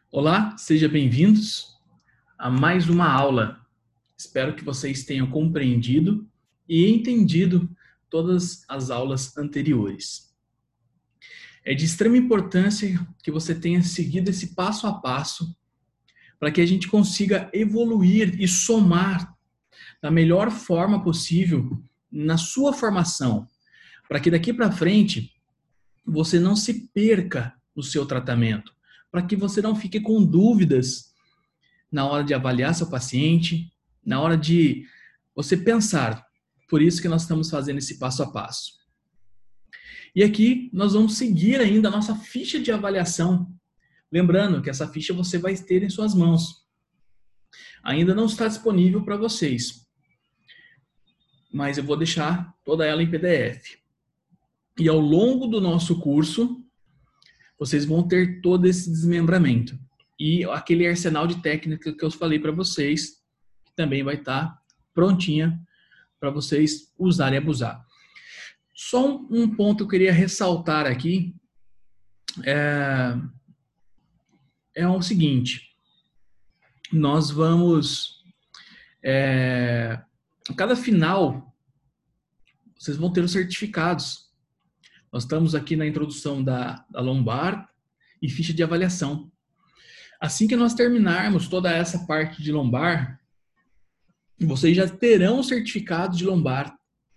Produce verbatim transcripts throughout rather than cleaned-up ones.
Olá, sejam bem-vindos a mais uma aula. Espero que vocês tenham compreendido e entendido todas as aulas anteriores. É de extrema importância que você tenha seguido esse passo a passo para que a gente consiga evoluir e somar da melhor forma possível na sua formação, para que daqui para frente você não se perca no seu tratamento, para que você não fique com dúvidas na hora de avaliar seu paciente, na hora de você pensar. Por isso que nós estamos fazendo esse passo a passo. E aqui nós vamos seguir ainda a nossa ficha de avaliação. Lembrando que essa ficha você vai ter em suas mãos. Ainda não está disponível para vocês, mas eu vou deixar toda ela em P D F. E ao longo do nosso curso, vocês vão ter todo esse desmembramento. E aquele arsenal de técnica que eu falei para vocês, que também vai estar prontinha para vocês usarem e abusar. Só um, um ponto que eu queria ressaltar aqui é, é o seguinte: nós vamos, é, a cada final, vocês vão ter os certificados. Nós estamos aqui na introdução da, da lombar e ficha de avaliação. Assim que nós terminarmos toda essa parte de lombar, vocês já terão o certificado de lombar.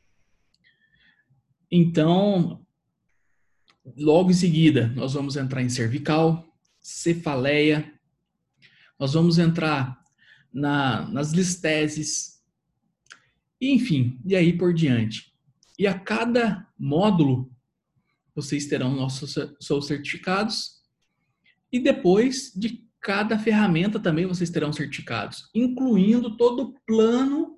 Então, logo em seguida, nós vamos entrar em cervical, cefaleia, nós vamos entrar na, nas listeses, enfim, e aí por diante. E a cada módulo, vocês terão nossos seus certificados, e depois de cada ferramenta também vocês terão certificados, incluindo todo o plano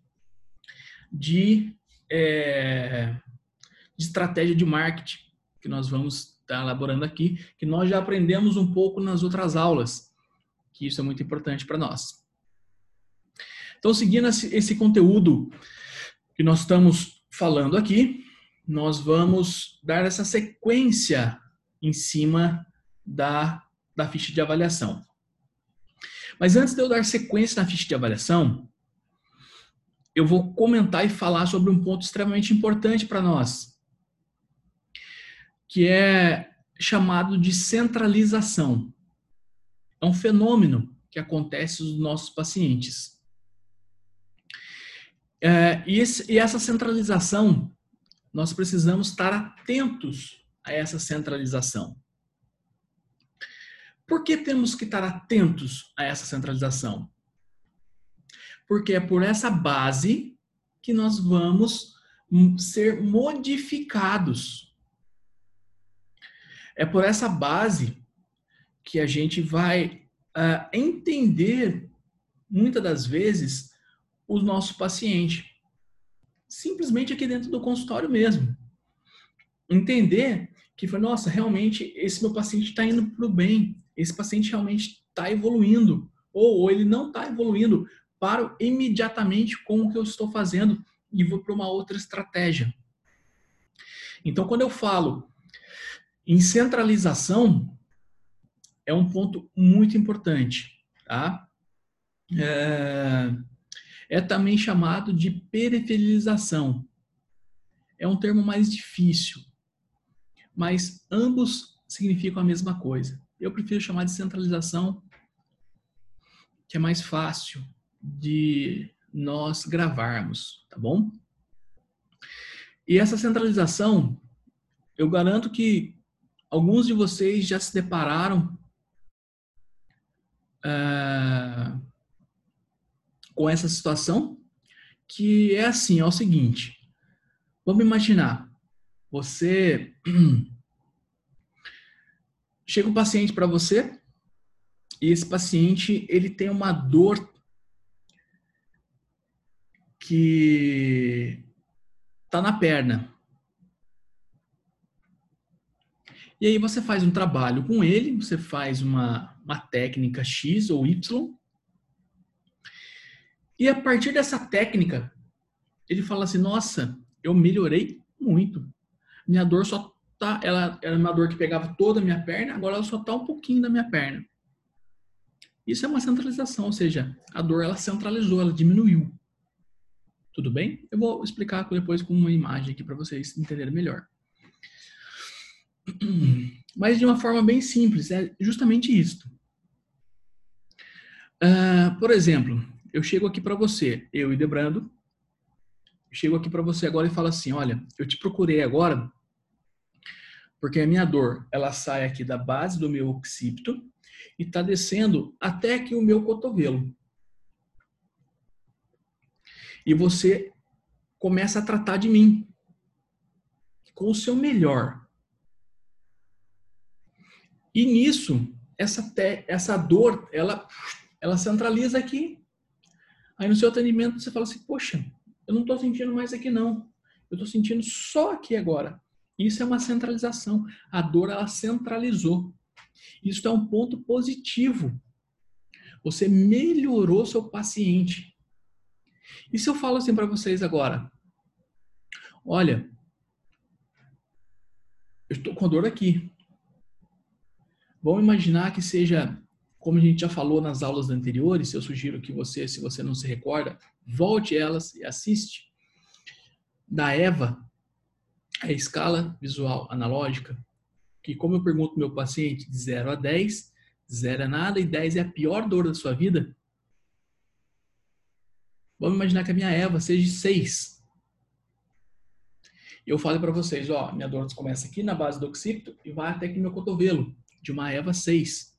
de, é, de estratégia de marketing que nós vamos estar elaborando aqui, que nós já aprendemos um pouco nas outras aulas, que isso é muito importante para nós. Então, seguindo esse, esse conteúdo que nós estamos falando aqui, nós vamos dar essa sequência em cima da da ficha de avaliação. Mas antes de eu dar sequência na ficha de avaliação, eu vou comentar e falar sobre um ponto extremamente importante para nós, que é chamado de centralização. É um fenômeno que acontece nos nossos pacientes. É, e, esse, e essa centralização, nós precisamos estar atentos a essa centralização. Por que temos que estar atentos a essa centralização? Porque é por essa base que nós vamos ser modificados. É por essa base que a gente vai uh, entender, muitas das vezes, o nosso paciente. Simplesmente aqui dentro do consultório mesmo. Entender que foi, nossa, realmente esse meu paciente está indo para o bem. Esse paciente realmente está evoluindo, ou, ou ele não está evoluindo, paro imediatamente com o que eu estou fazendo e vou para uma outra estratégia. Então, quando eu falo em centralização, é um ponto muito importante, tá? É, é também chamado de periferização. É um termo mais difícil, mas ambos significam a mesma coisa. Eu prefiro chamar de centralização, que é mais fácil de nós gravarmos, tá bom? E essa centralização, eu garanto que alguns de vocês já se depararam uh, com essa situação, que é assim, é o seguinte, vamos imaginar, você chega um paciente para você e esse paciente ele tem uma dor que está na perna. E aí você faz um trabalho com ele, você faz uma, uma técnica X ou Y, e a partir dessa técnica, ele fala assim, nossa, eu melhorei muito. Minha dor só tá, ela era uma dor que pegava toda a minha perna, agora ela só tá um pouquinho da minha perna. Isso é uma centralização, ou seja, a dor ela centralizou, ela diminuiu. Tudo bem? Eu vou explicar depois com uma imagem aqui para vocês entenderem melhor. Mas de uma forma bem simples, é justamente isso. Uh, por exemplo, eu chego aqui para você, eu e Debrando, chego aqui para você agora e falo assim, olha, eu te procurei agora porque a minha dor, ela sai aqui da base do meu occipito e está descendo até aqui o meu cotovelo. E você começa a tratar de mim com o seu melhor. E nisso, essa, te, essa dor, ela, ela centraliza aqui. Aí no seu atendimento você fala assim, poxa, eu não estou sentindo mais aqui não. Eu estou sentindo só aqui agora. Isso é uma centralização. A dor, ela centralizou. Isso é um ponto positivo. Você melhorou seu paciente. E se eu falo assim para vocês agora, olha, eu estou com dor aqui. Vamos imaginar que seja, como a gente já falou nas aulas anteriores, eu sugiro que você, se você não se recorda, volte elas e assiste. Da Eva, a escala visual analógica, que como eu pergunto ao meu paciente de zero a dez, zero é nada e dez é a pior dor da sua vida. Vamos imaginar que a minha Eva seja seis. Eu falo para vocês, ó, minha dor começa aqui na base do occipito e vai até aqui no meu cotovelo, de uma Eva seis.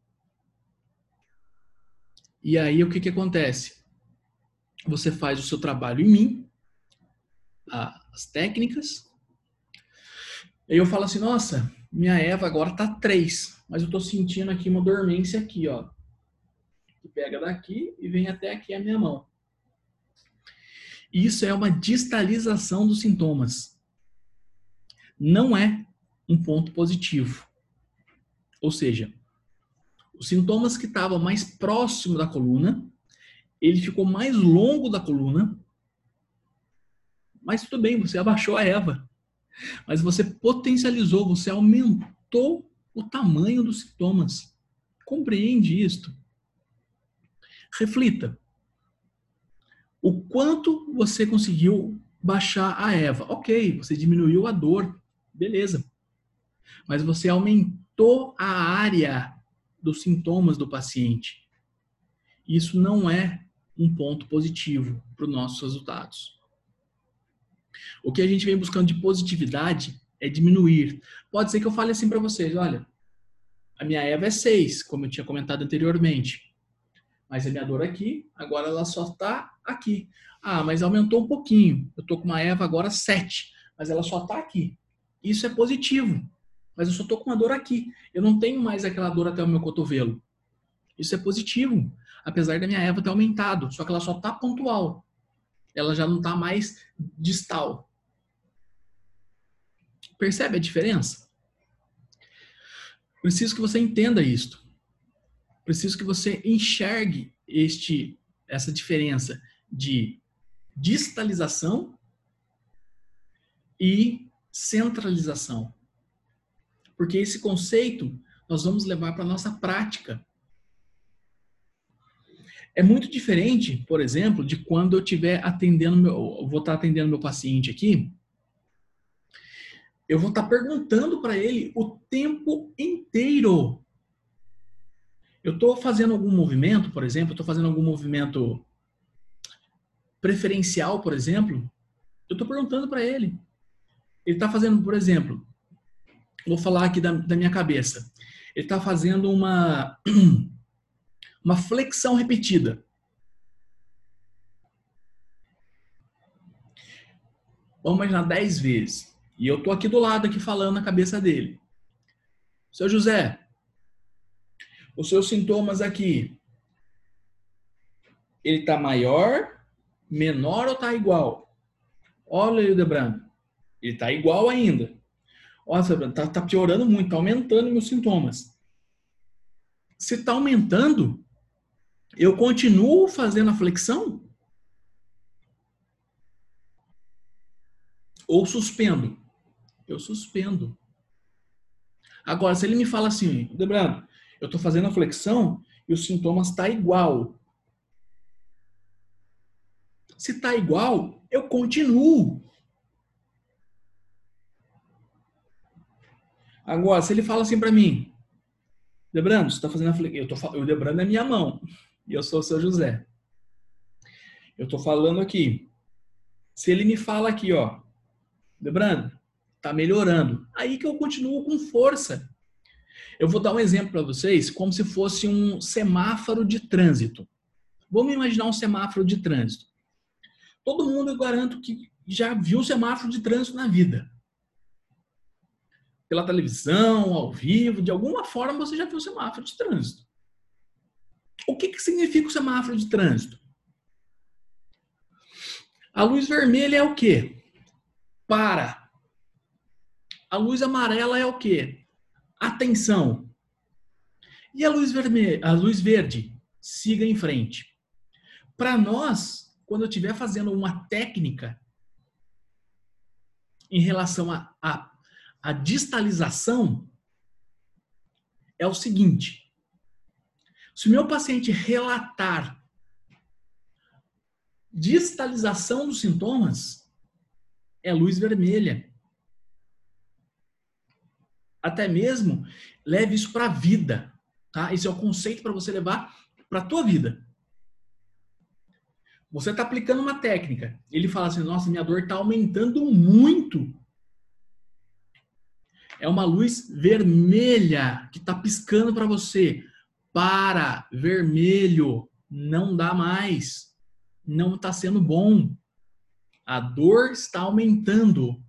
E aí o que que acontece? Você faz o seu trabalho em mim, as técnicas, e eu falo assim, nossa, minha Eva agora tá três, mas eu tô sentindo aqui uma dormência aqui, ó, que pega daqui e vem até aqui a minha mão. Isso é uma distalização dos sintomas. Não é um ponto positivo. Ou seja, os sintomas que estavam mais próximo da coluna, ele ficou mais longo da coluna, mas tudo bem, você abaixou a Eva. Mas você potencializou, você aumentou o tamanho dos sintomas. Compreende isto? Reflita. O quanto você conseguiu baixar a Eva? Ok, você diminuiu a dor, beleza. Mas você aumentou a área dos sintomas do paciente. Isso não é um ponto positivo para os nossos resultados. O que a gente vem buscando de positividade é diminuir. Pode ser que eu fale assim para vocês, olha, a minha Eva é seis, como eu tinha comentado anteriormente. Mas a minha dor aqui, agora ela só está aqui. Ah, mas aumentou um pouquinho. Eu estou com uma Eva agora sete, mas ela só está aqui. Isso é positivo. Mas eu só estou com uma dor aqui. Eu não tenho mais aquela dor até o meu cotovelo. Isso é positivo. Apesar da minha Eva ter aumentado. Só que ela só está pontual. Ela já não está mais distal. Percebe a diferença? Preciso que você entenda isto. Preciso que você enxergue este, essa diferença de distalização e centralização. Porque esse conceito nós vamos levar para a nossa prática. É muito diferente, por exemplo, de quando eu estiver atendendo, meu, eu vou estar atendendo meu paciente aqui, eu vou estar perguntando para ele o tempo inteiro. Eu estou fazendo algum movimento, por exemplo, estou fazendo algum movimento preferencial, por exemplo, eu estou perguntando para ele. Ele está fazendo, por exemplo, vou falar aqui da, da minha cabeça, ele está fazendo uma, uma flexão repetida. Vamos imaginar dez vezes. E eu estou aqui do lado, aqui falando na cabeça dele. Seu José, os seus sintomas aqui, ele está maior, menor ou está igual? Olha aí o Debrando, ele está igual ainda. Olha, Debrando, está tá piorando muito, está aumentando meus sintomas. Se está aumentando, eu continuo fazendo a flexão? Ou suspendo? Eu suspendo. Agora, se ele me fala assim, Debrando, eu estou fazendo a flexão e os sintomas tá igual. Se tá igual, eu continuo. Agora, se ele fala assim para mim, Debrando, você tá fazendo a flexão, eu tô o Debrando é minha mão, e eu sou o seu José. Eu tô falando aqui. Se ele me fala aqui, ó, Debrando, tá melhorando. Aí que eu continuo com força. Eu vou dar um exemplo para vocês, como se fosse um semáforo de trânsito. Vamos imaginar um semáforo de trânsito. Todo mundo, eu garanto que já viu semáforo de trânsito na vida. Pela televisão, ao vivo, de alguma forma você já viu semáforo de trânsito. O que, que significa o semáforo de trânsito? A luz vermelha é o quê? Para. A luz amarela é o quê? Atenção. E a luz vermelha, a luz verde? Siga em frente. Para nós, quando eu estiver fazendo uma técnica em relação a, a, a distalização, é o seguinte. Se o meu paciente relatar distalização dos sintomas, é luz vermelha. Até mesmo, leve isso para a vida. Tá? Esse é o conceito para você levar para a tua vida. Você está aplicando uma técnica. Ele fala assim, nossa, minha dor está aumentando muito. É uma luz vermelha que está piscando para você. Para, vermelho, não dá mais. Não está sendo bom. A dor está aumentando.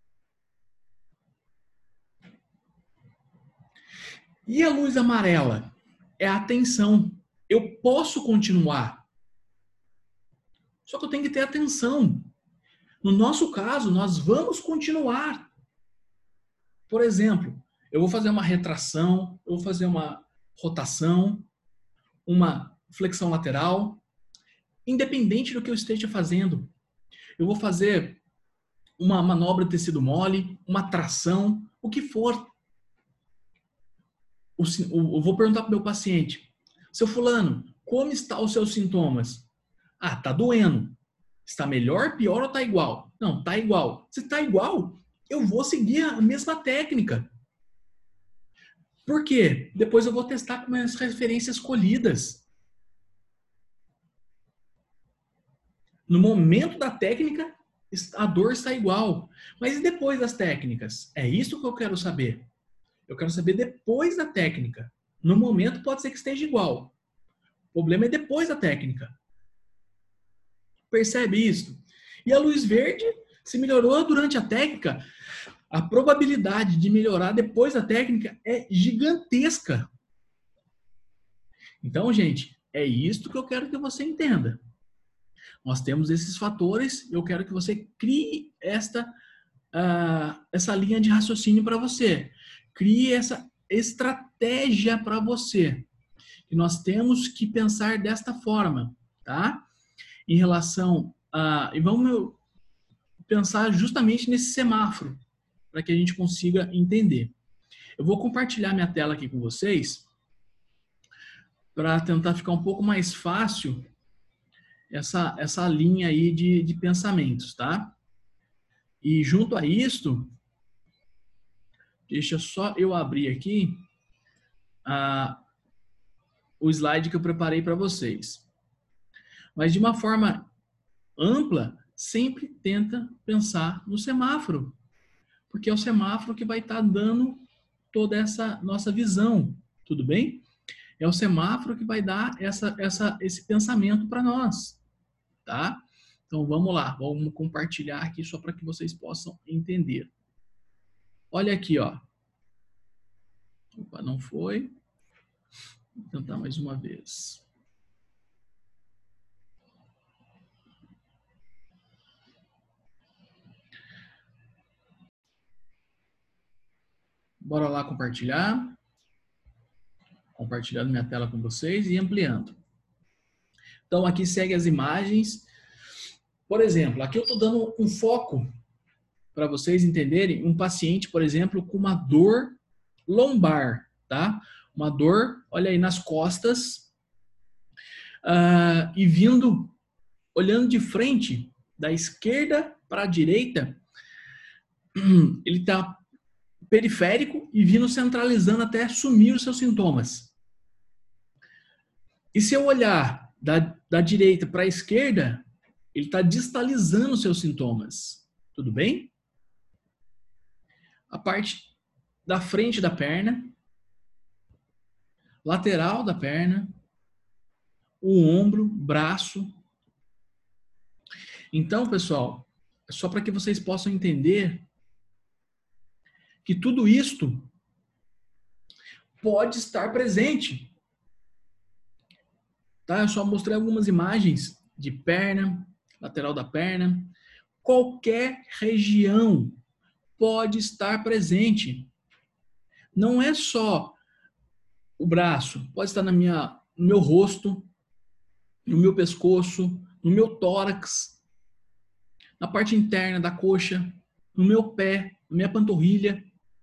E a luz amarela? É a atenção. Eu posso continuar. Só que eu tenho que ter atenção. No nosso caso, nós vamos continuar. Por exemplo, eu vou fazer uma retração, eu vou fazer uma rotação, uma flexão lateral, independente do que eu esteja fazendo. Eu vou fazer uma manobra de tecido mole, uma tração, o que for. Eu vou perguntar para o meu paciente, seu fulano, como estão os seus sintomas? Ah, tá doendo. Está melhor, pior ou tá igual? Não, tá igual. Se tá igual, eu vou seguir a mesma técnica. Por quê? Depois eu vou testar com as referências escolhidas. No momento da técnica, a dor está igual. Mas e depois das técnicas? É isso que eu quero saber. Eu quero saber depois da técnica. No momento pode ser que esteja igual. O problema é depois da técnica. Percebe isso? E a luz verde, se melhorou durante a técnica, a probabilidade de melhorar depois da técnica é gigantesca. Então, gente, é isto que eu quero que você entenda. Nós temos esses fatores, eu quero que você crie esta, uh, essa linha de raciocínio para você. Crie essa estratégia para você. E nós temos que pensar desta forma, tá? Em relação a... E vamos pensar justamente nesse semáforo, para que a gente consiga entender. Eu vou compartilhar minha tela aqui com vocês, para tentar ficar um pouco mais fácil essa, essa linha aí de, de pensamentos, tá? E junto a isto, deixa só eu abrir aqui a, o slide que eu preparei para vocês. Mas de uma forma ampla, sempre tenta pensar no semáforo, porque é o semáforo que vai estar dando toda essa nossa visão, tudo bem? É o semáforo que vai dar essa, essa, esse pensamento para nós, tá? Então vamos lá, vamos compartilhar aqui só para que vocês possam entender. Olha aqui, ó. Opa, não foi. Vou tentar mais uma vez. Bora lá compartilhar. Compartilhando minha tela com vocês e ampliando. Então, aqui segue as imagens. Por exemplo, aqui eu estou dando um foco para vocês entenderem um paciente, por exemplo, com uma dor lombar, tá? Uma dor, olha aí, nas costas, uh, e vindo, olhando de frente, da esquerda para a direita, ele está periférico e vindo centralizando até sumir os seus sintomas. E se eu olhar da, da direita para a esquerda, ele está distalizando os seus sintomas. Tudo bem? A parte da frente da perna, lateral da perna, o ombro, braço. Então, pessoal, só para que vocês possam entender que tudo isto pode estar presente. Tá? Eu só mostrei algumas imagens de perna, lateral da perna. Qualquer região pode estar presente. Não é só o braço, pode estar na minha, no meu rosto, no meu pescoço, no meu tórax, na parte interna da coxa, no meu pé, na minha panturrilha.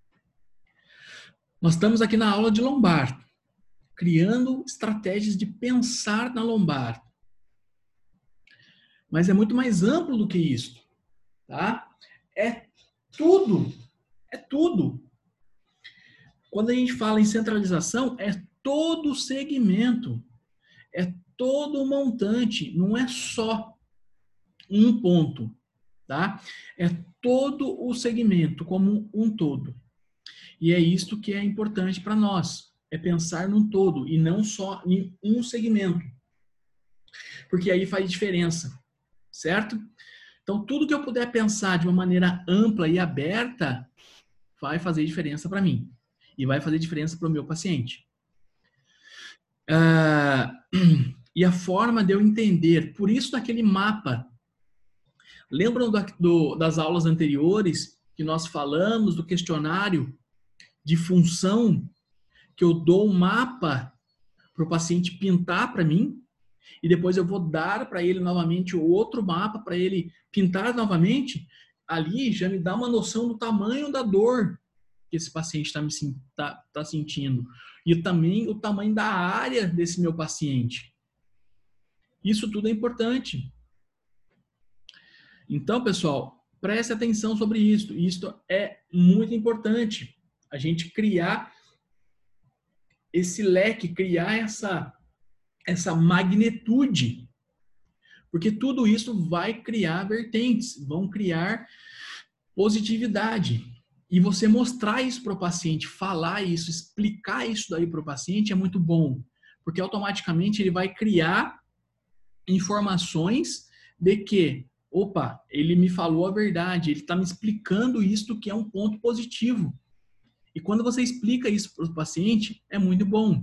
Nós estamos aqui na aula de lombar, criando estratégias de pensar na lombar. Mas é muito mais amplo do que isso, tá? É tudo, é tudo. Quando a gente fala em centralização, é todo o segmento, é todo o montante, não é só um ponto, tá? É todo o segmento como um todo. E é isto que é importante para nós, é pensar num todo e não só em um segmento. Porque aí faz diferença, certo? Então, tudo que eu puder pensar de uma maneira ampla e aberta vai fazer diferença para mim. E vai fazer diferença para o meu paciente. Ah, e a forma de eu entender, por isso naquele mapa, lembram do, do, das aulas anteriores que nós falamos do questionário de função, que eu dou um mapa para o paciente pintar para mim, e depois eu vou dar para ele novamente outro mapa para ele pintar novamente, ali já me dá uma noção do tamanho da dor que esse paciente está tá, tá sentindo. E também o tamanho da área desse meu paciente. Isso tudo é importante. Então, pessoal, preste atenção sobre isso. Isso é muito importante. A gente criar esse leque, criar essa, essa magnitude. Porque tudo isso vai criar vertentes, vão criar positividade. E você mostrar isso para o paciente, falar isso, explicar isso daí para o paciente é muito bom. Porque automaticamente ele vai criar informações de que, opa, ele me falou a verdade, ele está me explicando isso que é um ponto positivo. E quando você explica isso para o paciente, é muito bom.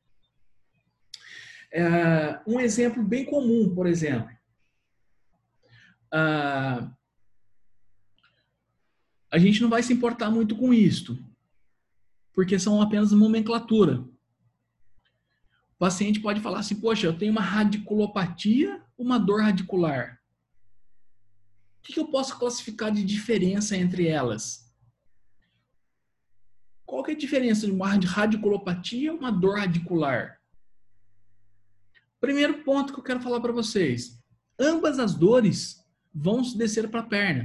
É, um exemplo bem comum, por exemplo. Uh, a gente não vai se importar muito com isto, porque são apenas nomenclatura. O paciente pode falar assim, poxa, eu tenho uma radiculopatia, uma dor radicular. O que eu posso classificar de diferença entre elas? Qual que é a diferença de uma radiculopatia e uma dor radicular? Primeiro ponto que eu quero falar para vocês. Ambas as dores vão descer para a perna.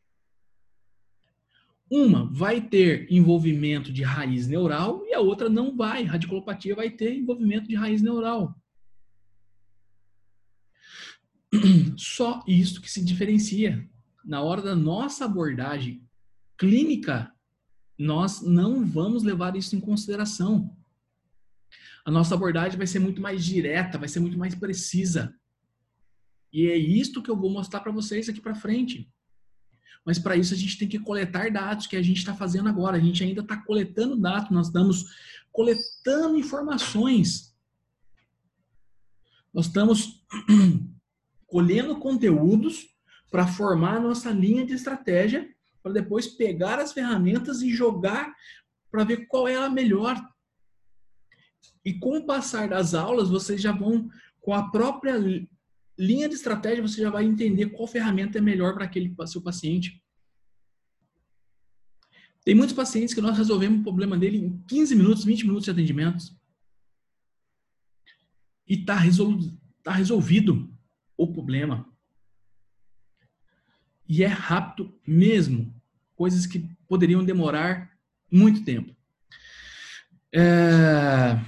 Uma vai ter envolvimento de raiz neural e a outra não vai. Radiculopatia vai ter envolvimento de raiz neural. Só isso que se diferencia. Na hora da nossa abordagem clínica, nós não vamos levar isso em consideração. A nossa abordagem vai ser muito mais direta, vai ser muito mais precisa. E é isto que eu vou mostrar para vocês aqui para frente. Mas para isso a gente tem que coletar dados, que a gente está fazendo agora. A gente ainda está coletando dados, nós estamos coletando informações. Nós estamos colhendo conteúdos para formar a nossa linha de estratégia, para depois pegar as ferramentas e jogar para ver qual é a melhor. E com o passar das aulas, vocês já vão, com a própria linha de estratégia, você já vai entender qual ferramenta é melhor para aquele seu paciente. Tem muitos pacientes que nós resolvemos o problema dele em quinze minutos, vinte minutos de atendimento. E está resolu está resolvido o problema. E é rápido mesmo. Coisas que poderiam demorar muito tempo. É...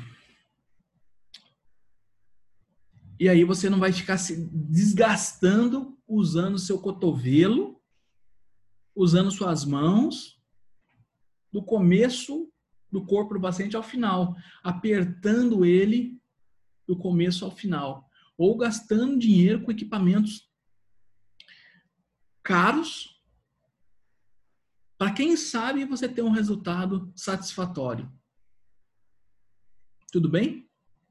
E aí você não vai ficar se desgastando usando seu cotovelo, usando suas mãos, do começo do corpo do paciente ao final, apertando ele do começo ao final, ou gastando dinheiro com equipamentos caros, para quem sabe você ter um resultado satisfatório. Tudo bem?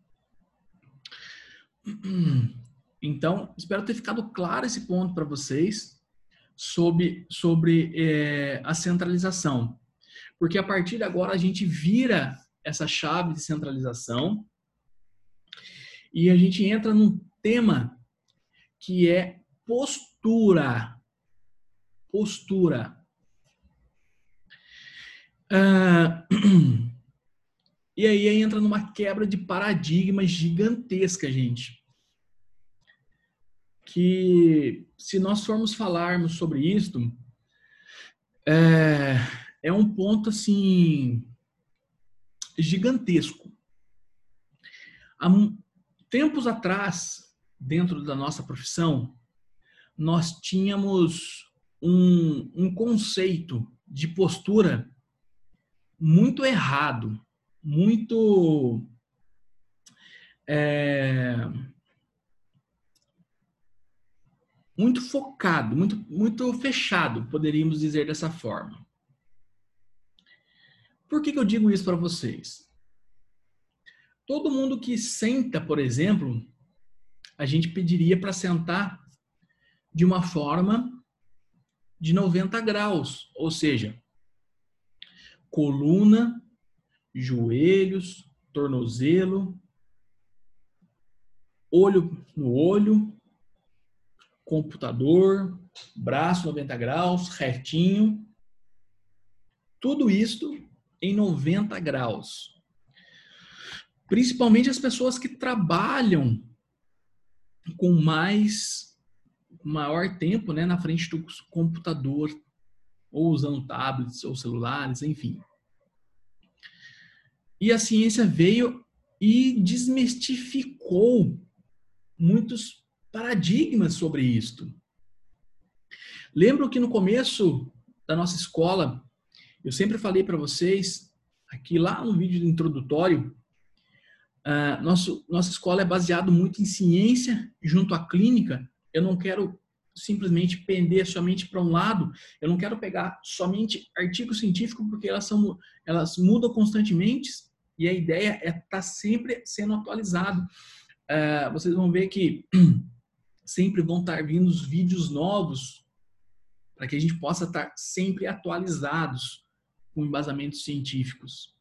Então, espero ter ficado claro esse ponto para vocês sobre, sobre é, a centralização. Porque a partir de agora a gente vira essa chave de centralização e a gente entra num tema que é postura. Postura. Ah, e aí entra numa quebra de paradigma gigantesca, gente. Que se nós formos falarmos sobre isso, é, é um ponto assim gigantesco. Há tempos atrás, dentro da nossa profissão, nós tínhamos um, um conceito de postura muito errado, muito é, muito focado, muito, muito fechado, poderíamos dizer dessa forma. Por que que eu digo isso para vocês? Todo mundo que senta, por exemplo, a gente pediria para sentar de uma forma de noventa graus, ou seja, coluna, joelhos, tornozelo, olho no olho, computador, braço noventa graus, retinho, tudo isso em noventa graus. Principalmente as pessoas que trabalham com mais, maior tempo, né, na frente do computador, ou usando tablets ou celulares, enfim. E a ciência veio e desmistificou muitos paradigmas sobre isto. Lembro que no começo da nossa escola, eu sempre falei para vocês, aqui lá no vídeo introdutório, uh, nosso, nossa escola é baseada muito em ciência junto à clínica. Eu não quero simplesmente pender somente para um lado, eu não quero pegar somente artigo científico, porque elas, são, elas mudam constantemente e a ideia é estar tá sempre sendo atualizado. Uh, vocês vão ver que sempre vão estar vindo os vídeos novos para que a gente possa estar sempre atualizados com embasamentos científicos.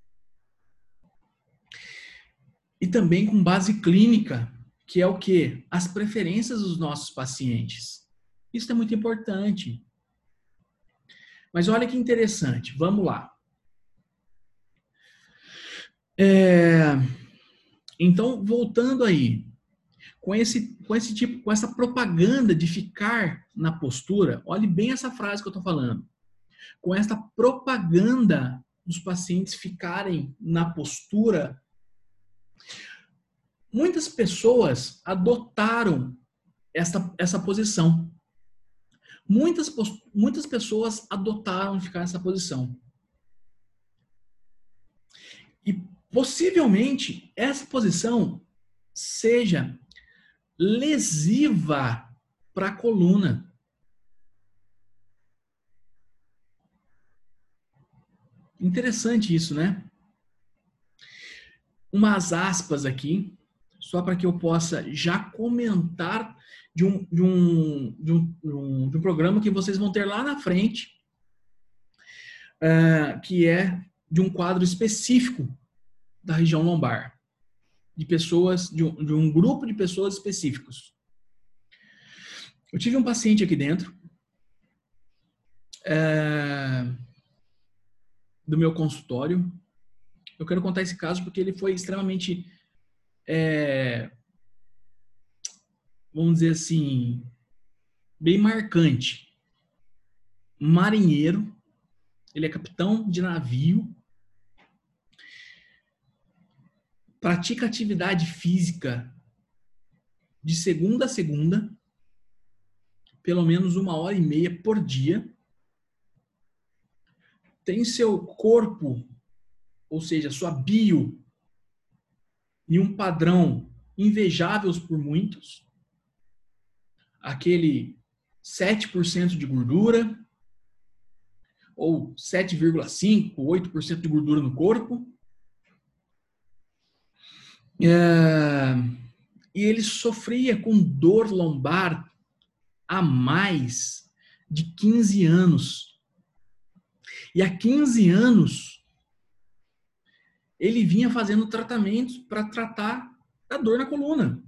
E também com base clínica, que é o quê? As preferências dos nossos pacientes. Isso é muito importante. Mas olha que interessante, vamos lá. É... Então, voltando aí, com esse, com esse tipo, com essa propaganda de ficar na postura, olhe bem essa frase que eu estou falando. Com essa propaganda dos pacientes ficarem na postura, muitas pessoas adotaram essa, essa posição. Muitas, muitas pessoas adotaram ficar nessa posição. E possivelmente essa posição seja lesiva para a coluna. Interessante isso, né? Umas aspas aqui, só para que eu possa já comentar de um, de, um, de, um, de um programa que vocês vão ter lá na frente, uh, que é de um quadro específico da região lombar, de pessoas, de um, de um grupo de pessoas específicos. Eu tive um paciente aqui dentro uh, do meu consultório. Eu quero contar esse caso porque ele foi extremamente é, vamos dizer assim, bem marcante. Marinheiro, ele é capitão de navio, pratica atividade física de segunda a segunda, pelo menos uma hora e meia por dia, tem seu corpo, ou seja, sua bio, em um padrão invejável por muitos, aquele sete por cento de gordura, ou sete vírgula cinco, oito por cento de gordura no corpo. É... E ele sofria com dor lombar há mais de quinze anos. E há quinze anos, ele vinha fazendo tratamentos para tratar a dor na coluna.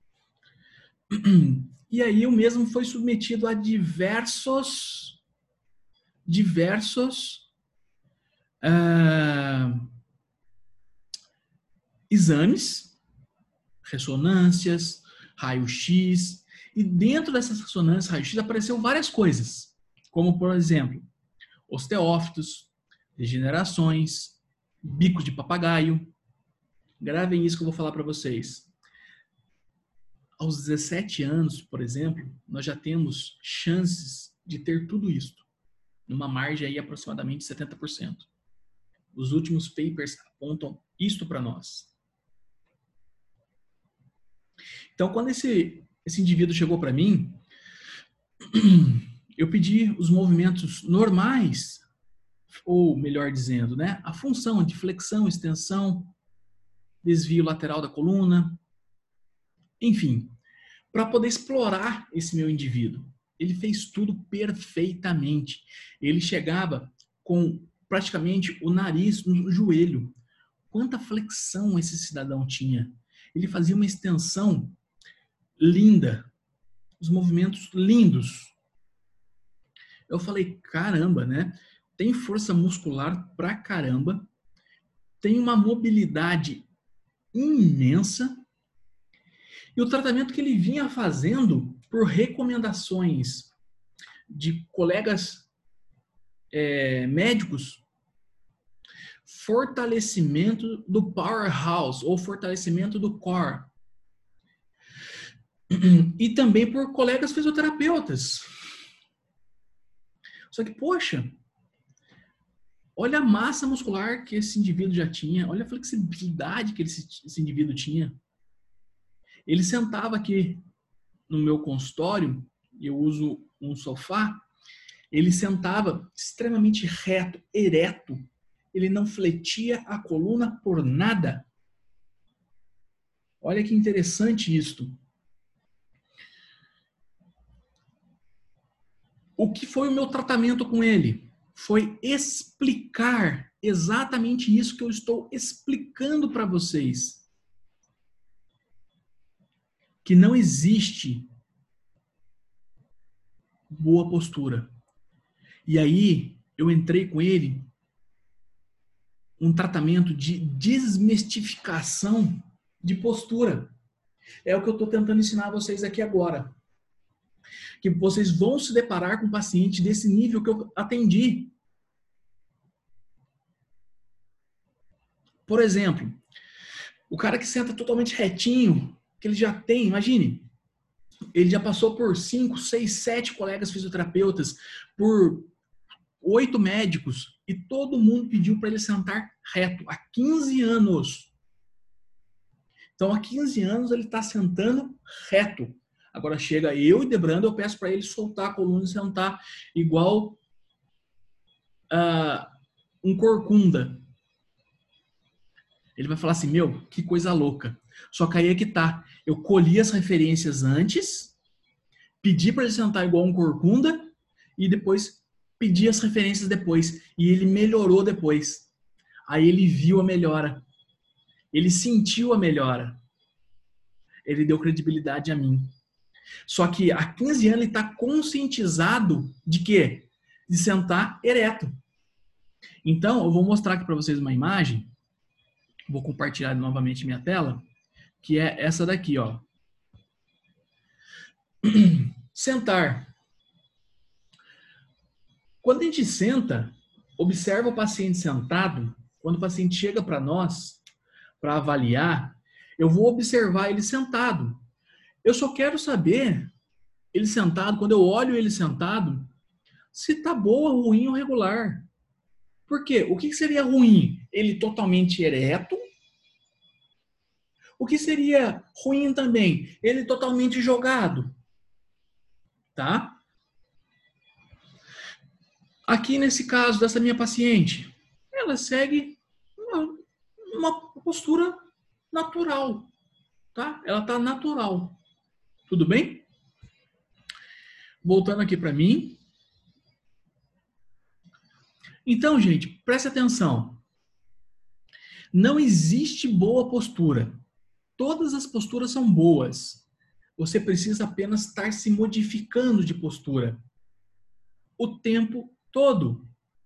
E aí o mesmo foi submetido a diversos, diversos uh, exames, ressonâncias, raio-x, e dentro dessas ressonâncias, raio-x, apareceu várias coisas, como, por exemplo, osteófitos, degenerações, bico de papagaio. Gravem isso que eu vou falar para vocês. Aos dezessete anos, por exemplo, nós já temos chances de ter tudo isso, numa margem aí aproximadamente setenta por cento. Os últimos papers apontam isto para nós. Então, quando esse, esse indivíduo chegou para mim, eu pedi os movimentos normais, ou melhor dizendo, né, a função de flexão, extensão, desvio lateral da coluna, enfim, para poder explorar esse meu indivíduo. Ele fez tudo perfeitamente. Ele chegava com praticamente o nariz no joelho. Quanta flexão esse cidadão tinha. Ele fazia uma extensão linda. Os movimentos lindos. Eu falei, caramba, né? Tem força muscular pra caramba. Tem uma mobilidade imensa. E o tratamento que ele vinha fazendo por recomendações de colegas é, médicos, fortalecimento do powerhouse ou fortalecimento do core. E também por colegas fisioterapeutas. Só que, poxa, olha a massa muscular que esse indivíduo já tinha, olha a flexibilidade que esse, esse indivíduo tinha. Ele sentava aqui no meu consultório, eu uso um sofá, ele sentava extremamente reto, ereto. Ele não fletia a coluna por nada. Olha que interessante isto. O que foi o meu tratamento com ele? Foi explicar exatamente isso que eu estou explicando para vocês. Que não existe boa postura. E aí eu entrei com ele um tratamento de desmistificação de postura. É o que eu estou tentando ensinar a vocês aqui agora. Que vocês vão se deparar com um paciente desse nível que eu atendi. Por exemplo, o cara que senta totalmente retinho, que ele já tem, imagine, ele já passou por cinco, seis, sete colegas fisioterapeutas, por oito médicos, e todo mundo pediu para ele sentar reto, há quinze anos. Então, há quinze anos ele está sentando reto. Agora chega eu e Debrando, eu peço para ele soltar a coluna e sentar igual uh, um corcunda. Ele vai falar assim, meu, que coisa louca. Só que aí é que tá. Eu colhi as referências antes, pedi para ele sentar igual um corcunda e depois pedi as referências depois. E ele melhorou depois. Aí ele viu a melhora. Ele sentiu a melhora. Ele deu credibilidade a mim. Só que há quinze anos ele está conscientizado de quê? De sentar ereto. Então, eu vou mostrar aqui para vocês uma imagem. Vou compartilhar novamente minha tela, que é essa daqui, ó. Sentar. Quando a gente senta, observa o paciente sentado, quando o paciente chega para nós, para avaliar, eu vou observar ele sentado. Eu só quero saber, ele sentado, quando eu olho ele sentado, se está boa, ruim ou regular. Por quê? O que seria ruim? Ele totalmente ereto. O que seria ruim também? Ele totalmente jogado. Tá? Aqui nesse caso dessa minha paciente, ela segue uma, uma postura natural. Tá? Ela está natural. Tudo bem? Voltando aqui para mim. Então, gente, preste atenção. Não existe boa postura. Todas as posturas são boas. Você precisa apenas estar se modificando de postura o tempo todo.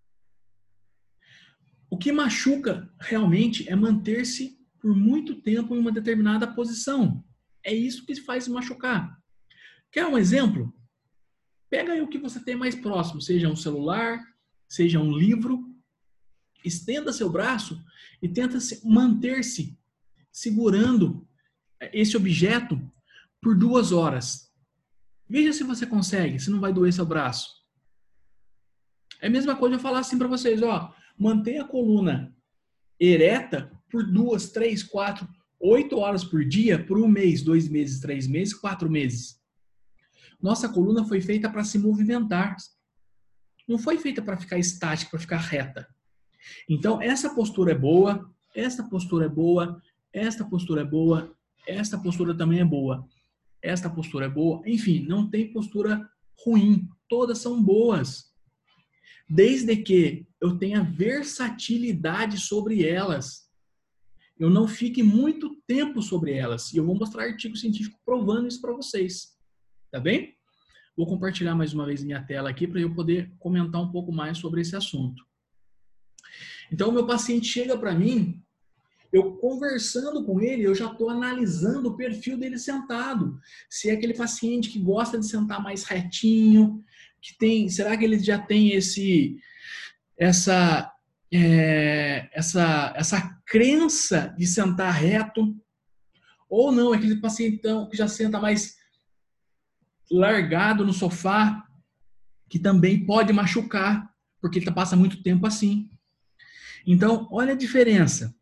O que machuca realmente é manter-se por muito tempo em uma determinada posição. É isso que faz machucar. Quer um exemplo? Pega aí o que você tem mais próximo, seja um celular, seja um livro. Estenda seu braço e tenta manter-se segurando esse objeto por duas horas. Veja se você consegue, se não vai doer seu braço. É a mesma coisa eu falar assim para vocês, ó, mantenha a coluna ereta por duas, três, quatro, oito horas por dia por um mês, dois meses, três meses, quatro meses. Nossa coluna foi feita para se movimentar. Não foi feita para ficar estática, para ficar reta. Então, essa postura é boa, esta postura é boa, esta postura é boa, esta postura também é boa, esta postura é boa. Enfim, não tem postura ruim. Todas são boas. Desde que eu tenha versatilidade sobre elas. Eu não fique muito tempo sobre elas. E eu vou mostrar artigo científico provando isso para vocês. Tá bem? Vou compartilhar mais uma vez minha tela aqui para eu poder comentar um pouco mais sobre esse assunto. Então, o meu paciente chega para mim, eu conversando com ele, eu já estou analisando o perfil dele sentado. Se é aquele paciente que gosta de sentar mais retinho, que tem, será que ele já tem esse, essa, é, essa, essa crença de sentar reto? Ou não, é aquele paciente que já senta mais largado no sofá, que também pode machucar, porque ele passa muito tempo assim. Então, olha a diferença.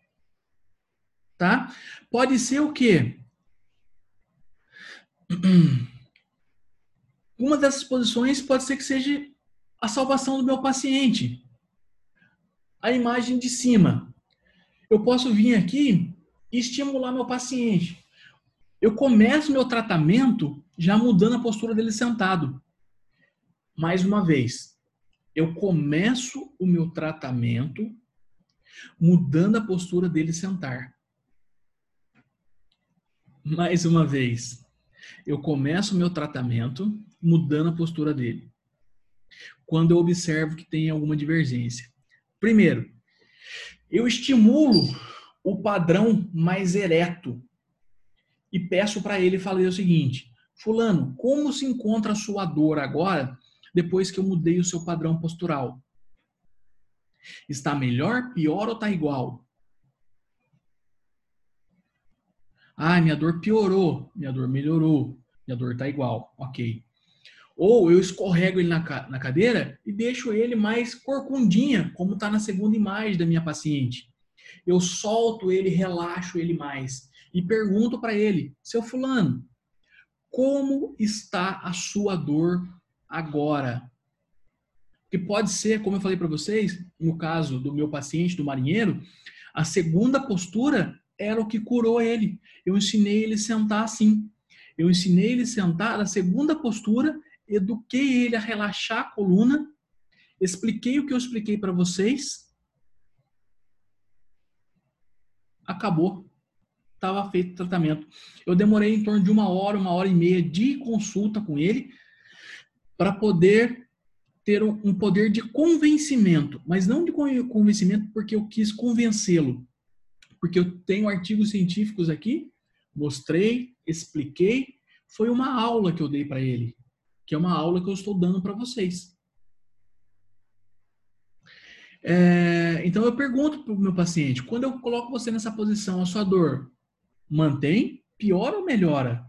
Tá? Pode ser o quê? Uma dessas posições pode ser que seja a salvação do meu paciente. A imagem de cima. Eu posso vir aqui e estimular meu paciente. Eu começo meu tratamento já mudando a postura dele sentado. Mais uma vez, eu começo o meu tratamento mudando a postura dele sentar. Mais uma vez, eu começo o meu tratamento mudando a postura dele. Quando eu observo que tem alguma divergência. Primeiro, eu estimulo o padrão mais ereto e peço para ele, falei o seguinte, fulano, como se encontra a sua dor agora, depois que eu mudei o seu padrão postural? Está melhor, pior ou está igual? Ah, minha dor piorou, minha dor melhorou, minha dor está igual, ok. Ou eu escorrego ele na, na cadeira e deixo ele mais corcundinha, como está na segunda imagem da minha paciente. Eu solto ele, relaxo ele mais e pergunto para ele, seu fulano, como está a sua dor agora? Que pode ser, como eu falei para vocês, no caso do meu paciente, do marinheiro, a segunda postura era o que curou ele. Eu ensinei ele a sentar assim. Eu ensinei ele a sentar na segunda postura, eduquei ele a relaxar a coluna, expliquei o que eu expliquei para vocês, acabou. Estava feito o tratamento. Eu demorei em torno de uma hora, uma hora e meia de consulta com ele para poder ter um poder de convencimento, mas não de convencimento porque eu quis convencê-lo, porque eu tenho artigos científicos aqui, mostrei, expliquei, foi uma aula que eu dei para ele, que é uma aula que eu estou dando para vocês. É, então eu pergunto para o meu paciente, quando eu coloco você nessa posição, a sua dor mantém, piora ou melhora?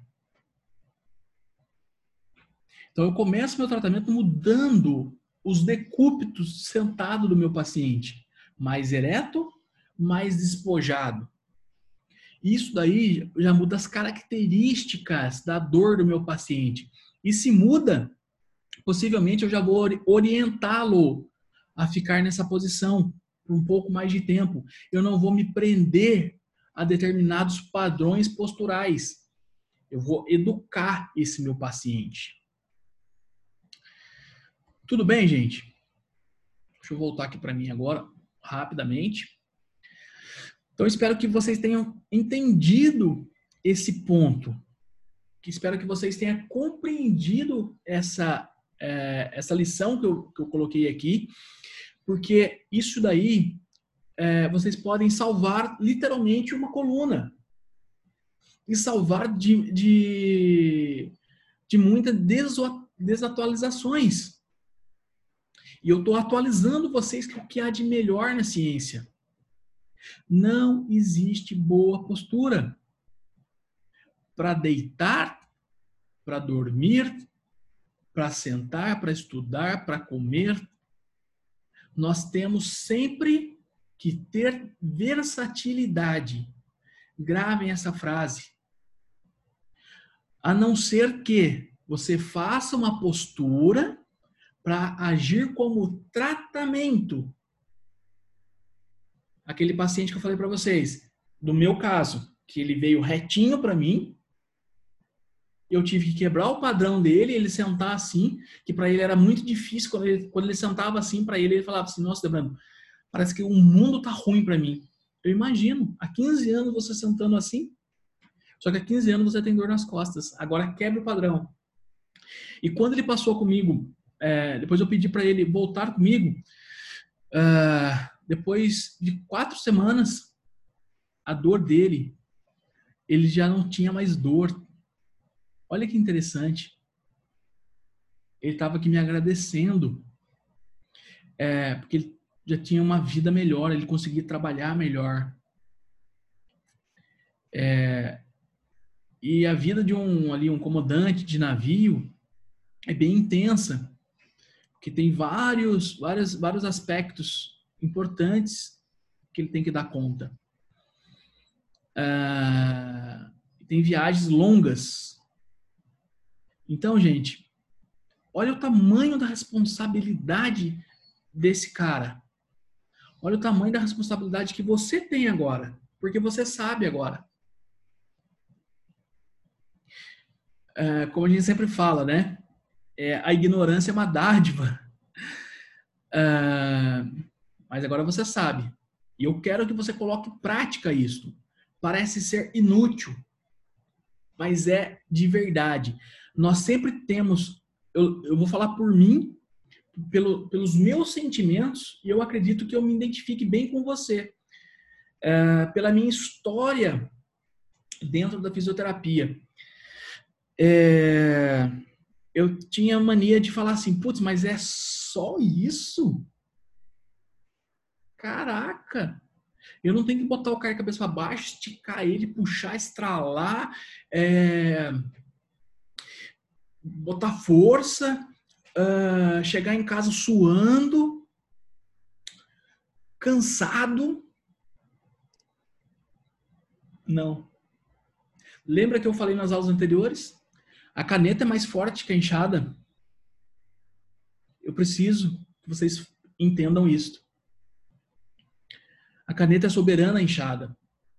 Então eu começo meu tratamento mudando os decúbitos sentado do meu paciente, mais ereto, mais despojado. Isso daí já muda as características da dor do meu paciente. E se muda, possivelmente eu já vou orientá-lo a ficar nessa posição por um pouco mais de tempo. Eu não vou me prender a determinados padrões posturais. Eu vou educar esse meu paciente. Tudo bem, gente? Deixa eu voltar aqui para mim agora, rapidamente. Então, espero que vocês tenham entendido esse ponto. Que espero que vocês tenham compreendido essa, é, essa lição que eu, que eu coloquei aqui, porque isso daí é, vocês podem salvar literalmente uma coluna e salvar de, de, de muitas desatualizações. E eu estou atualizando vocês o que há de melhor na ciência. Não existe boa postura para deitar, para dormir, para sentar, para estudar, para comer. Nós temos sempre que ter versatilidade. Gravem essa frase. A não ser que você faça uma postura para agir como tratamento. Aquele paciente que eu falei para vocês, do meu caso, que ele veio retinho para mim, eu tive que quebrar o padrão dele, ele sentar assim, que para ele era muito difícil, quando ele, quando ele sentava assim para ele, ele falava assim, nossa, Debrando, parece que o mundo tá ruim para mim. Eu imagino, há quinze anos você sentando assim, só que há quinze anos você tem dor nas costas, agora quebra o padrão. E quando ele passou comigo, é, depois eu pedi para ele voltar comigo, uh, depois de quatro semanas, a dor dele, ele já não tinha mais dor. Olha que interessante. Ele estava aqui me agradecendo, é, porque ele já tinha uma vida melhor, ele conseguia trabalhar melhor. É, e a vida de um, ali, um comandante de navio é bem intensa, porque tem vários, vários, vários aspectos importantes que ele tem que dar conta. Uh, tem viagens longas. Então, gente, olha o tamanho da responsabilidade desse cara. Olha o tamanho da responsabilidade que você tem agora, porque você sabe agora. Uh, como a gente sempre fala, né? É, a ignorância é uma dádiva. Uh, mas agora você sabe. E eu quero que você coloque em prática isso. Parece ser inútil, mas é de verdade. Nós sempre temos, eu, eu vou falar por mim, pelo, pelos meus sentimentos, e eu acredito que eu me identifique bem com você. É, pela minha história dentro da fisioterapia. É, eu tinha mania de falar assim, putz, mas é só isso? Caraca! Eu não tenho que botar o cara de cabeça para baixo, esticar ele, puxar, estralar, é, botar força, uh, chegar em casa suando, cansado. Não. Lembra que eu falei nas aulas anteriores? A caneta é mais forte que a enxada. Eu preciso que vocês entendam isso. A caneta é soberana à enxada.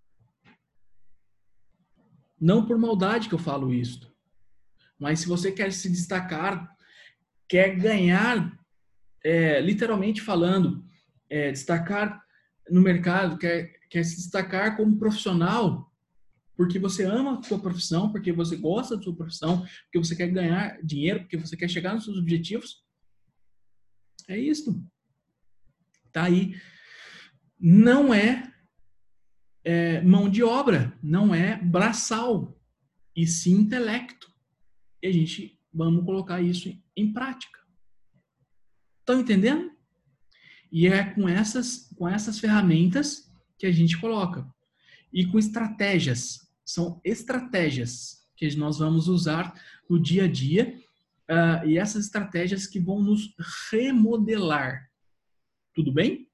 Não por maldade que eu falo isso. Mas se você quer se destacar, quer ganhar, é, literalmente falando, é, destacar no mercado, quer, quer se destacar como profissional, porque você ama a sua profissão, porque você gosta da sua profissão, porque você quer ganhar dinheiro, porque você quer chegar nos seus objetivos, é isso. Tá aí. Não é, é mão de obra, não é braçal, e sim intelecto. e a gente vamos colocar isso em prática. Estão entendendo? E é com essas, com essas ferramentas que a gente coloca. E com estratégias. São estratégias que nós vamos usar no dia a dia. Uh, e essas estratégias que vão nos remodelar. Tudo bem?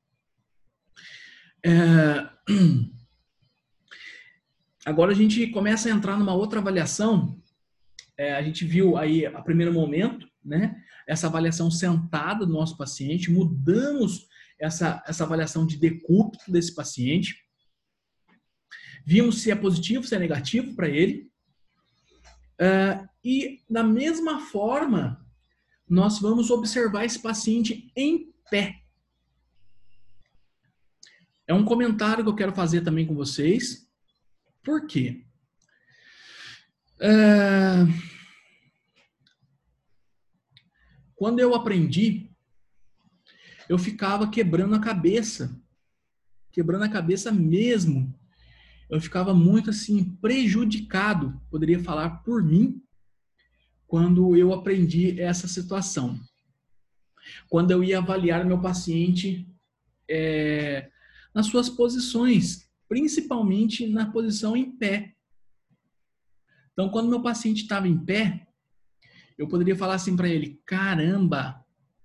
Uh, agora a gente começa a entrar numa outra avaliação. É, a gente viu aí a primeiro momento, né, essa avaliação sentada do nosso paciente, mudamos essa, essa avaliação de decúbito desse paciente, vimos se é positivo, se é negativo para ele, uh, e da mesma forma, nós vamos observar esse paciente em pé. É um comentário que eu quero fazer também com vocês. Por quê? Uh, Quando eu aprendi, eu ficava quebrando a cabeça. Quebrando a cabeça mesmo. Eu ficava muito assim, prejudicado, poderia falar por mim, quando eu aprendi essa situação. Quando eu ia avaliar meu paciente é, nas suas posições, principalmente na posição em pé. Então, quando meu paciente estava em pé, eu poderia falar assim para ele: caramba,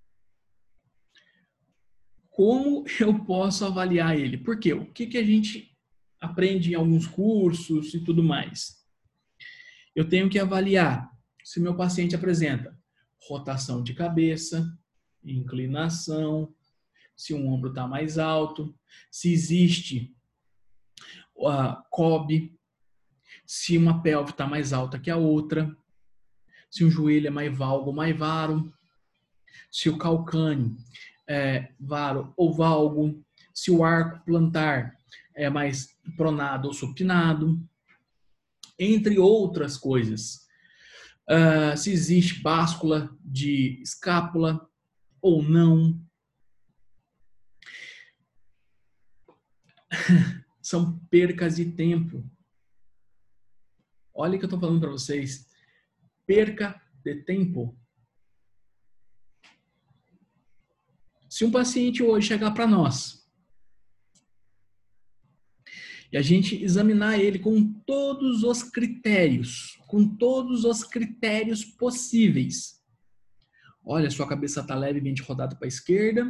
como eu posso avaliar ele? Por quê? O que, que a gente aprende em alguns cursos e tudo mais? Eu tenho que avaliar se meu paciente apresenta rotação de cabeça, inclinação, se um ombro está mais alto, se existe uh, cobe, se uma pelve está mais alta que a outra, se o joelho é mais valgo ou mais varo, se o calcâneo é varo ou valgo, se o arco plantar é mais pronado ou supinado, entre outras coisas. Uh, se existe báscula de escápula ou não. São percas de tempo. Olha o que eu estou falando para vocês. Perca de tempo. Se um paciente hoje chegar para nós e a gente examinar ele com todos os critérios, com todos os critérios possíveis. Olha, sua cabeça está levemente rodada para a esquerda.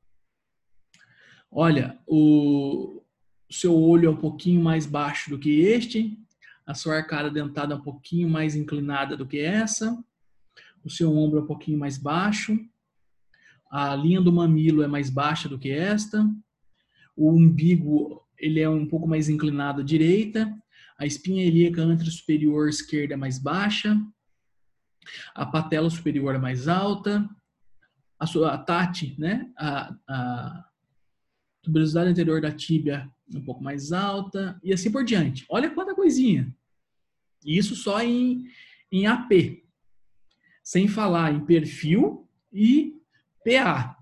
Olha, o seu olho é um pouquinho mais baixo do que este. A sua arcada dentada é um pouquinho mais inclinada do que essa. O seu ombro é um pouquinho mais baixo. A linha do mamilo é mais baixa do que esta. O umbigo ele é um pouco mais inclinado à direita. A espinha ilíaca anterosuperior esquerda é mais baixa. A patela superior é mais alta. A sua a T A T, né? A, a tuberosidade anterior da tíbia um pouco mais alta. E assim por diante. Olha quanta coisinha. Isso só em, em A P. Sem falar em perfil e P A.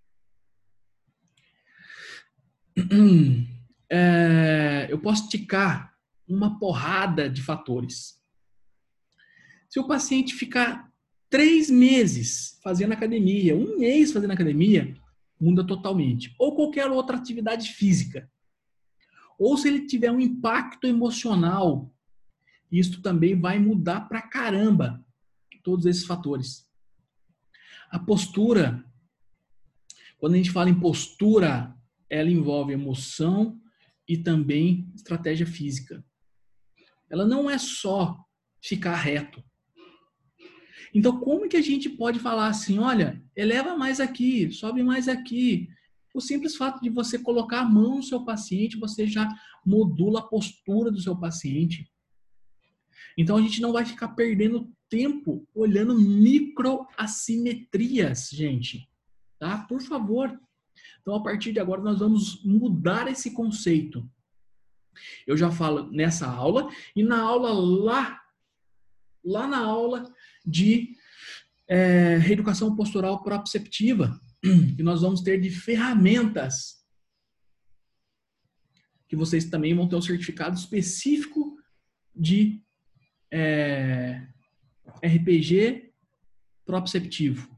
É, eu posso ticar uma porrada de fatores. Se o paciente ficar três meses fazendo academia, um mês fazendo academia, muda totalmente. Ou qualquer outra atividade física. Ou se ele tiver um impacto emocional, isso também vai mudar pra caramba todos esses fatores. A postura, quando a gente fala em postura, ela envolve emoção e também estratégia física. Ela não é só ficar reto. Então, como que a gente pode falar assim, olha, eleva mais aqui, sobe mais aqui? O simples fato de você colocar a mão no seu paciente, você já modula a postura do seu paciente. Então, a gente não vai ficar perdendo tempo olhando microassimetrias, gente. Tá? Por favor. Então, a partir de agora, nós vamos mudar esse conceito. Eu já falo nessa aula e na aula lá, lá na aula de é, reeducação postural proprioceptiva, que nós vamos ter de ferramentas, que vocês também vão ter um certificado específico de, é, R P G proprioceptivo.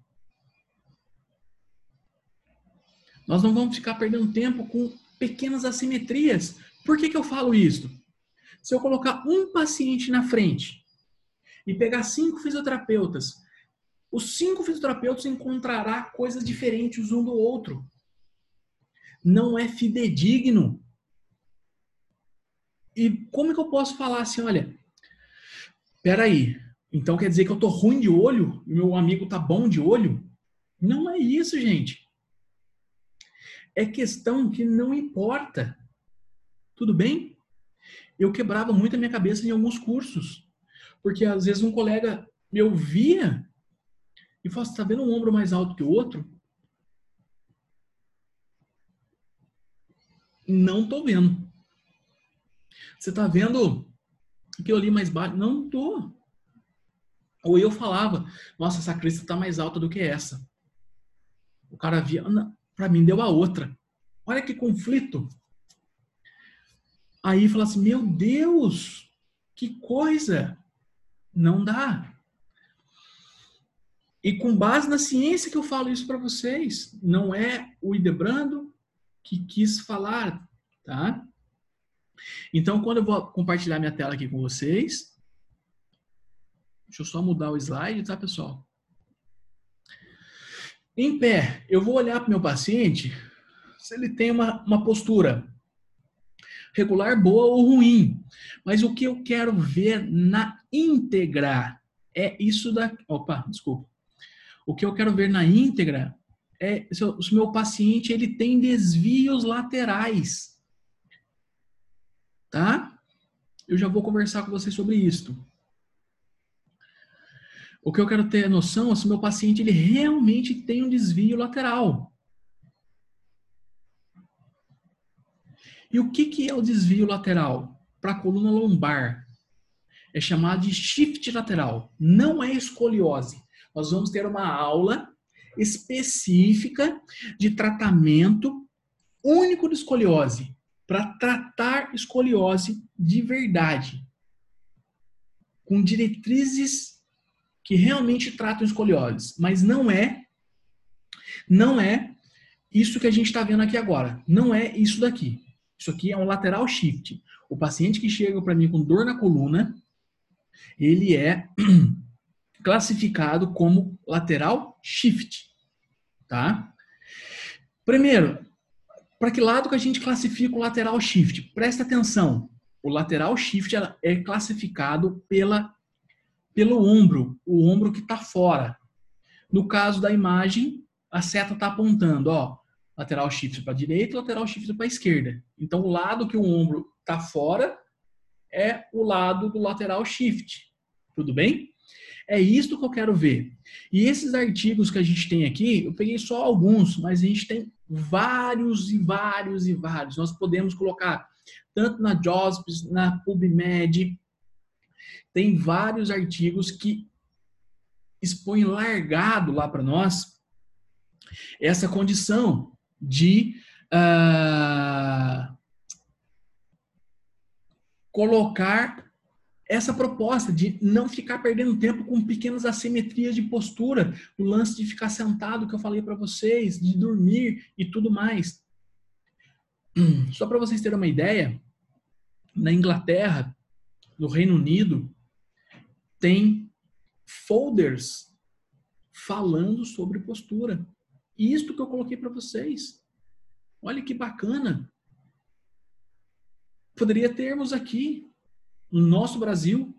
Nós não vamos ficar perdendo tempo com pequenas assimetrias. Por que que eu falo isso? Se eu colocar um paciente na frente e pegar cinco fisioterapeutas, os cinco fisioterapeutas encontrarão coisas diferentes um do outro. Não é fidedigno. E como que eu posso falar assim, olha, peraí, então quer dizer que eu tô ruim de olho e meu amigo tá bom de olho? Não é isso, gente. É questão que não importa. Tudo bem? Eu quebrava muito a minha cabeça em alguns cursos. Porque às vezes um colega me ouvia e falava, você tá vendo um ombro mais alto que o outro? Não tô vendo. Você tá vendo que eu li mais baixo? Não tô. Ou eu falava, nossa, essa crista tá mais alta do que essa. O cara via, para mim deu a outra. Olha que conflito. Aí fala assim, meu Deus, que coisa. Não dá. E com base na ciência que eu falo isso para vocês. Não é o Idebrando que quis falar, tá? Então, quando eu vou compartilhar minha tela aqui com vocês, deixa eu só mudar o slide, tá, pessoal? Em pé, eu vou olhar para o meu paciente se ele tem uma, uma postura regular, boa ou ruim. Mas o que eu quero ver na íntegra é isso daqui. Opa, desculpa. O que eu quero ver na íntegra é se o meu paciente ele tem desvios laterais. Tá? Eu já vou conversar com vocês sobre isso. O que eu quero ter noção é se o meu paciente ele realmente tem um desvio lateral. E o que, que é o desvio lateral? Para a coluna lombar. É chamado de shift lateral. Não é escoliose. Nós vamos ter uma aula específica de tratamento único de escoliose. Para tratar escoliose de verdade. Com diretrizes que realmente tratam escoliose. Mas não é, não é isso que a gente está vendo aqui agora. Não é isso daqui. Isso aqui é um lateral shift. O paciente que chega para mim com dor na coluna, ele é classificado como lateral shift, tá? Primeiro, para que lado que a gente classifica o lateral shift? Presta atenção. O lateral shift é classificado pela, pelo ombro, o ombro que está fora. No caso da imagem, a seta está apontando, ó, lateral shift para a direita, lateral shift para a esquerda. Então, o lado que o ombro está fora é o lado do lateral shift. Tudo bem? É isso que eu quero ver. E esses artigos que a gente tem aqui, eu peguei só alguns, mas a gente tem vários e vários e vários. Nós podemos colocar tanto na JOSPS, na PubMed, tem vários artigos que expõem largado lá para nós essa condição de uh, colocar essa proposta de não ficar perdendo tempo com pequenas assimetrias de postura, o lance de ficar sentado que eu falei para vocês, de dormir e tudo mais. Só para vocês terem uma ideia, na Inglaterra, no Reino Unido, tem folders falando sobre postura. E isto que eu coloquei para vocês. Olha que bacana. Poderia termos aqui no nosso Brasil.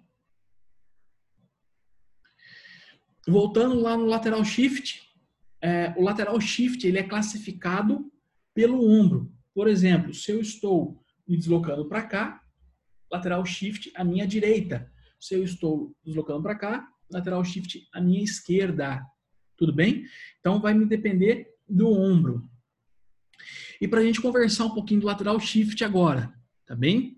Voltando lá no lateral shift, é, o lateral shift ele é classificado pelo ombro. Por exemplo, se eu estou me deslocando para cá, lateral shift à minha direita. Se eu estou deslocando para cá, lateral shift à minha esquerda. Tudo bem? Então vai me depender do ombro. E para a gente conversar um pouquinho do lateral shift agora, tá bem?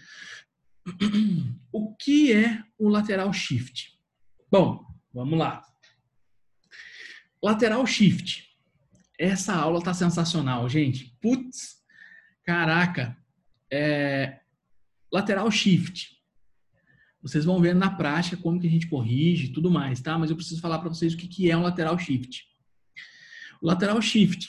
O que é o lateral shift? Bom, vamos lá. Lateral shift. Essa aula tá sensacional, gente. Putz, caraca. É... Lateral shift. Vocês vão ver na prática como que a gente corrige e tudo mais, tá? Mas eu preciso falar para vocês o que, que é um lateral shift. O lateral shift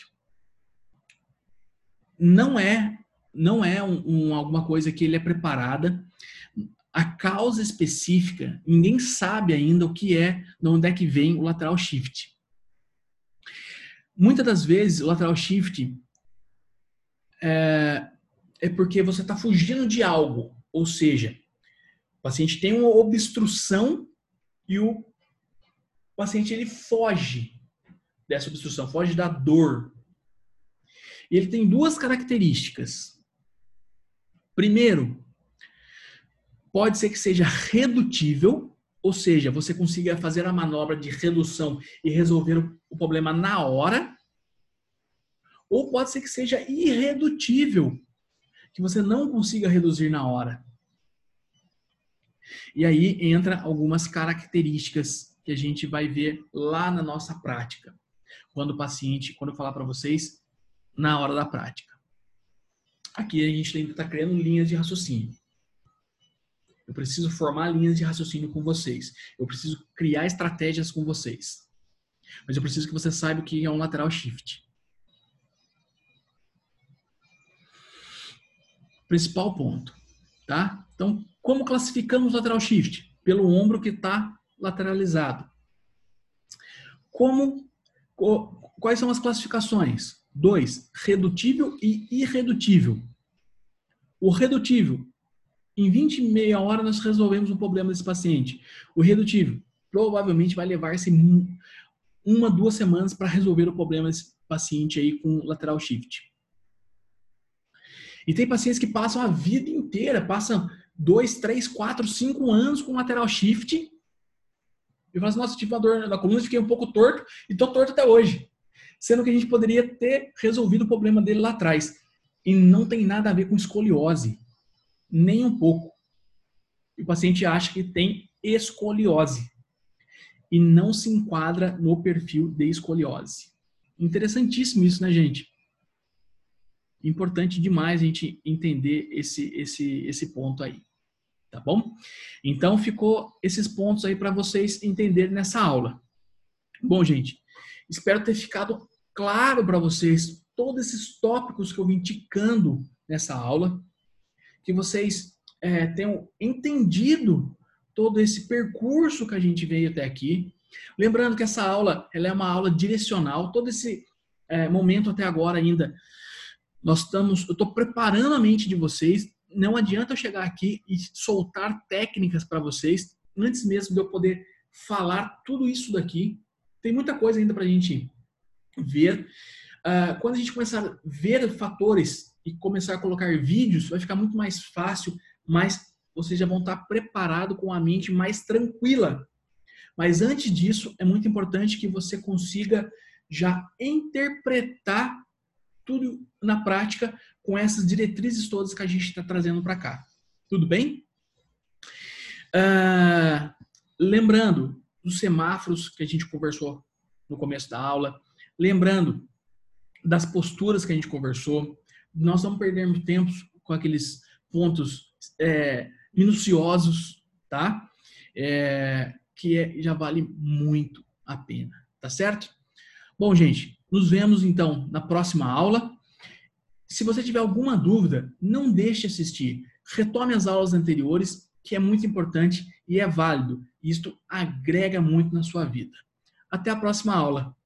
não é, não é um, um, alguma coisa que ele é preparada. A causa específica, ninguém sabe ainda o que é, de onde é que vem o lateral shift. Muitas das vezes, o lateral shift é, é porque você está fugindo de algo. Ou seja, o paciente tem uma obstrução e o paciente ele foge dessa obstrução, foge da dor. E ele tem duas características. Primeiro, pode ser que seja redutível, ou seja, você consiga fazer a manobra de redução e resolver o problema na hora. Ou pode ser que seja irredutível, que você não consiga reduzir na hora. E aí entra algumas características que a gente vai ver lá na nossa prática. Quando o paciente, quando eu falar para vocês, na hora da prática. Aqui a gente ainda está criando linhas de raciocínio. Eu preciso formar linhas de raciocínio com vocês. Eu preciso criar estratégias com vocês. Mas eu preciso que você saiba o que é um lateral shift. Principal ponto, tá? Então, como classificamos o lateral shift? Pelo ombro que está lateralizado. Como, quais são as classificações? Dois, redutível e irredutível. O redutível, em vinte e meia hora nós resolvemos o problema desse paciente. O redutível, provavelmente vai levar-se uma, duas semanas para resolver o problema desse paciente aí com lateral shift. E tem pacientes que passam a vida inteira, passam dois, três, quatro, cinco anos com lateral shift. E falam assim, nossa, tive uma dor na coluna, fiquei um pouco torto e estou torto até hoje. Sendo que a gente poderia ter resolvido o problema dele lá atrás. E não tem nada a ver com escoliose. Nem um pouco. E o paciente acha que tem escoliose. E não se enquadra no perfil de escoliose. Interessantíssimo isso, né, gente? Importante demais a gente entender esse, esse, esse ponto aí. Tá bom? Então, ficou esses pontos aí para vocês entenderem nessa aula. Bom, gente, espero ter ficado claro para vocês todos esses tópicos que eu vim ticando nessa aula, que vocês é, tenham entendido todo esse percurso que a gente veio até aqui. Lembrando que essa aula ela é uma aula direcional, todo esse é, momento até agora ainda, nós estamos, eu estou preparando a mente de vocês. Não adianta eu chegar aqui e soltar técnicas para vocês antes mesmo de eu poder falar tudo isso daqui. Tem muita coisa ainda para a gente ver. Uh, quando a gente começar a ver fatores e começar a colocar vídeos, vai ficar muito mais fácil, mas vocês já vão estar preparados com a mente mais tranquila. Mas antes disso, é muito importante que você consiga já interpretar tudo na prática com essas diretrizes todas que a gente está trazendo para cá. Tudo bem? Uh, lembrando dos semáforos que a gente conversou no começo da aula, lembrando das posturas que a gente conversou, nós não perdermos tempo com aqueles pontos é, minuciosos, tá? É, que é, já vale muito a pena, tá certo? Bom, gente, nos vemos então na próxima aula. Se você tiver alguma dúvida, não deixe de assistir. Retome as aulas anteriores, que é muito importante e é válido. Isto agrega muito na sua vida. Até a próxima aula.